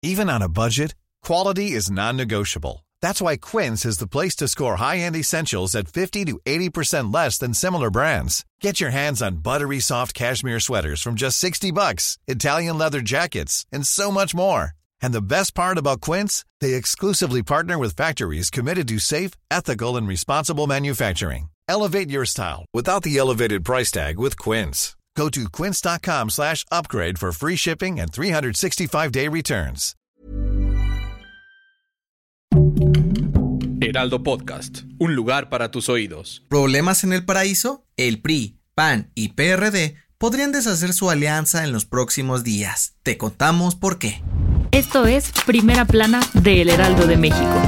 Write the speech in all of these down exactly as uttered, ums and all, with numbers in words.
Even on a budget, quality is non-negotiable. That's why Quince is the place to score high-end essentials at fifty to eighty percent less than similar brands. Get your hands on buttery soft cashmere sweaters from just sixty bucks, Italian leather jackets, and so much more. And the best part about Quince, they exclusively partner with factories committed to safe, ethical, and responsible manufacturing. Elevate your style without the elevated price tag with Quince. Go to quince.com slash upgrade for free shipping and three sixty-five day returns. Heraldo Podcast, un lugar para tus oídos. ¿Problemas en el paraíso? El P R I, P A N y P R D podrían deshacer su alianza en los próximos días. Te contamos por qué. Esto es Primera Plana de El Heraldo de México.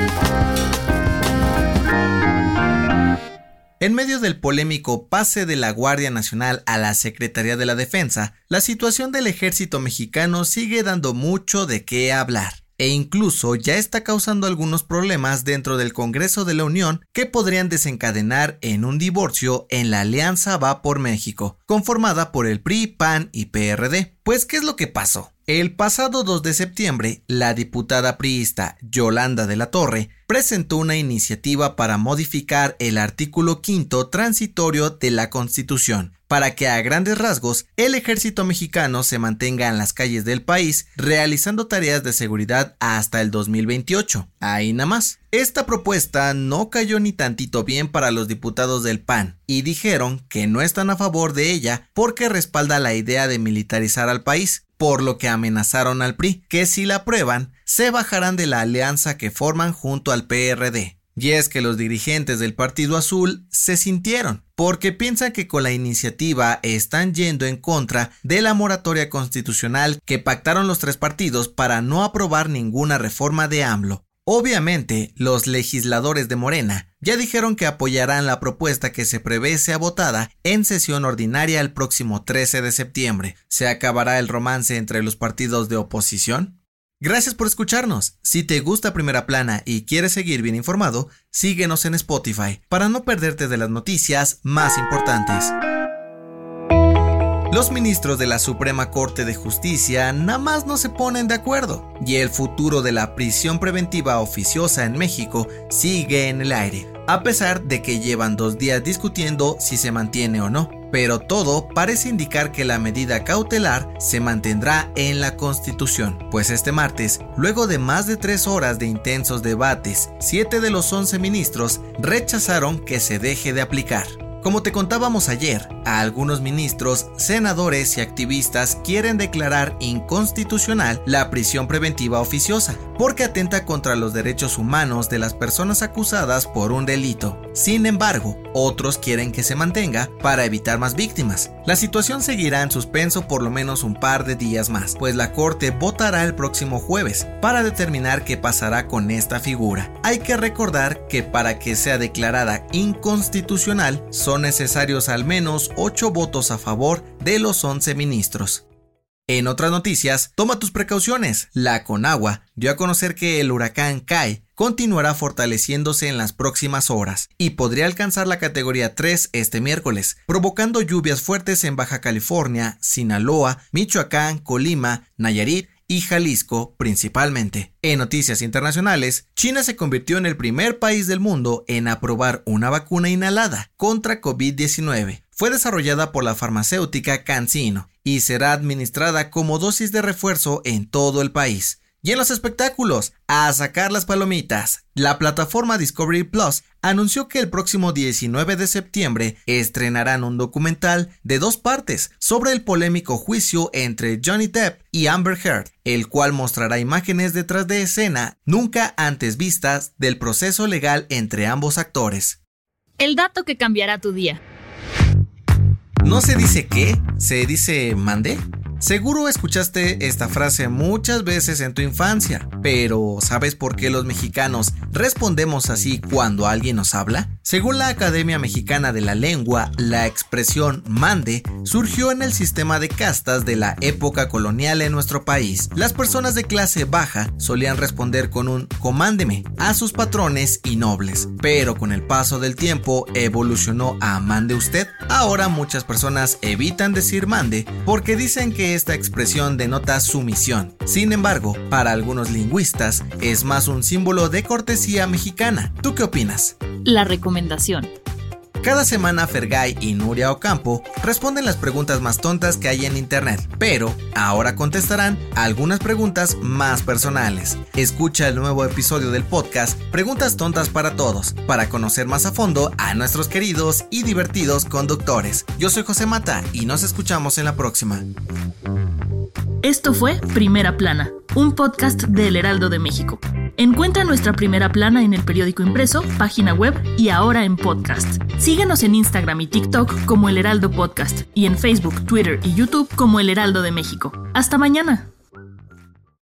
En medio del polémico pase de la Guardia Nacional a la Secretaría de la Defensa, la situación del ejército mexicano sigue dando mucho de qué hablar. E incluso ya está causando algunos problemas dentro del Congreso de la Unión que podrían desencadenar en un divorcio en la Alianza Va por México, conformada por el P R I, P A N y P R D. Pues, ¿qué es lo que pasó? El pasado dos de septiembre, la diputada priista Yolanda de la Torre presentó una iniciativa para modificar el artículo quinto transitorio de la Constitución, para que a grandes rasgos el ejército mexicano se mantenga en las calles del país realizando tareas de seguridad hasta el dos mil veintiocho. Ahí nada más. Esta propuesta no cayó ni tantito bien para los diputados del P A N y dijeron que no están a favor de ella porque respalda la idea de militarizar al país, por lo que amenazaron al P R I que si la aprueban se bajarán de la alianza que forman junto al P R D. Y es que los dirigentes del Partido Azul se sintieron, porque piensan que con la iniciativa están yendo en contra de la moratoria constitucional que pactaron los tres partidos para no aprobar ninguna reforma de AMLO. Obviamente, los legisladores de Morena ya dijeron que apoyarán la propuesta que se prevé sea votada en sesión ordinaria el próximo trece de septiembre. ¿Se acabará el romance entre los partidos de oposición? Gracias por escucharnos. Si te gusta Primera Plana y quieres seguir bien informado, síguenos en Spotify para no perderte de las noticias más importantes. Los ministros de la Suprema Corte de Justicia nada más no se ponen de acuerdo y el futuro de la prisión preventiva oficiosa en México sigue en el aire, a pesar de que llevan dos días discutiendo si se mantiene o no. Pero todo parece indicar que la medida cautelar se mantendrá en la Constitución, pues este martes, luego de más de tres horas de intensos debates, siete de los once ministros rechazaron que se deje de aplicar. Como te contábamos ayer, a algunos ministros, senadores y activistas quieren declarar inconstitucional la prisión preventiva oficiosa, porque atenta contra los derechos humanos de las personas acusadas por un delito. Sin embargo, otros quieren que se mantenga para evitar más víctimas. La situación seguirá en suspenso por lo menos un par de días más, pues la Corte votará el próximo jueves para determinar qué pasará con esta figura. Hay que recordar que para que sea declarada inconstitucional, son necesarios al menos ocho votos a favor de los once ministros. En otras noticias, toma tus precauciones. La Conagua dio a conocer que el huracán Kai continuará fortaleciéndose en las próximas horas y podría alcanzar la categoría tres este miércoles, provocando lluvias fuertes en Baja California, Sinaloa, Michoacán, Colima, Nayarit y Jalisco principalmente. En noticias internacionales, China se convirtió en el primer país del mundo en aprobar una vacuna inhalada contra COVID diecinueve. Fue desarrollada por la farmacéutica CanSino y será administrada como dosis de refuerzo en todo el país. Y en los espectáculos, a sacar las palomitas. La plataforma Discovery Plus anunció que el próximo diecinueve de septiembre estrenarán un documental de dos partes sobre el polémico juicio entre Johnny Depp y Amber Heard, el cual mostrará imágenes detrás de escena nunca antes vistas del proceso legal entre ambos actores. El dato que cambiará tu día. ¿No se dice qué? ¿Se dice mande? Seguro escuchaste esta frase muchas veces en tu infancia, pero ¿sabes por qué los mexicanos respondemos así cuando alguien nos habla? Según la Academia Mexicana de la Lengua, la expresión mande surgió en el sistema de castas de la época colonial en nuestro país. Las personas de clase baja solían responder con un comándeme a sus patrones y nobles, pero con el paso del tiempo evolucionó a mande usted. Ahora muchas personas evitan decir mande porque dicen que que esta expresión denota sumisión. Sin embargo, para algunos lingüistas es más un símbolo de cortesía mexicana. ¿Tú qué opinas? La recomendación. Cada semana Fergay y Nuria Ocampo responden las preguntas más tontas que hay en internet, pero ahora contestarán algunas preguntas más personales. Escucha el nuevo episodio del podcast Preguntas Tontas para Todos, para conocer más a fondo a nuestros queridos y divertidos conductores. Yo soy José Mata y nos escuchamos en la próxima. Esto fue Primera Plana, un podcast de El Heraldo de México. Encuentra nuestra Primera Plana en el periódico impreso, página web y ahora en podcast. Síguenos en Instagram y TikTok como El Heraldo Podcast y en Facebook, Twitter y YouTube como El Heraldo de México. ¡Hasta mañana!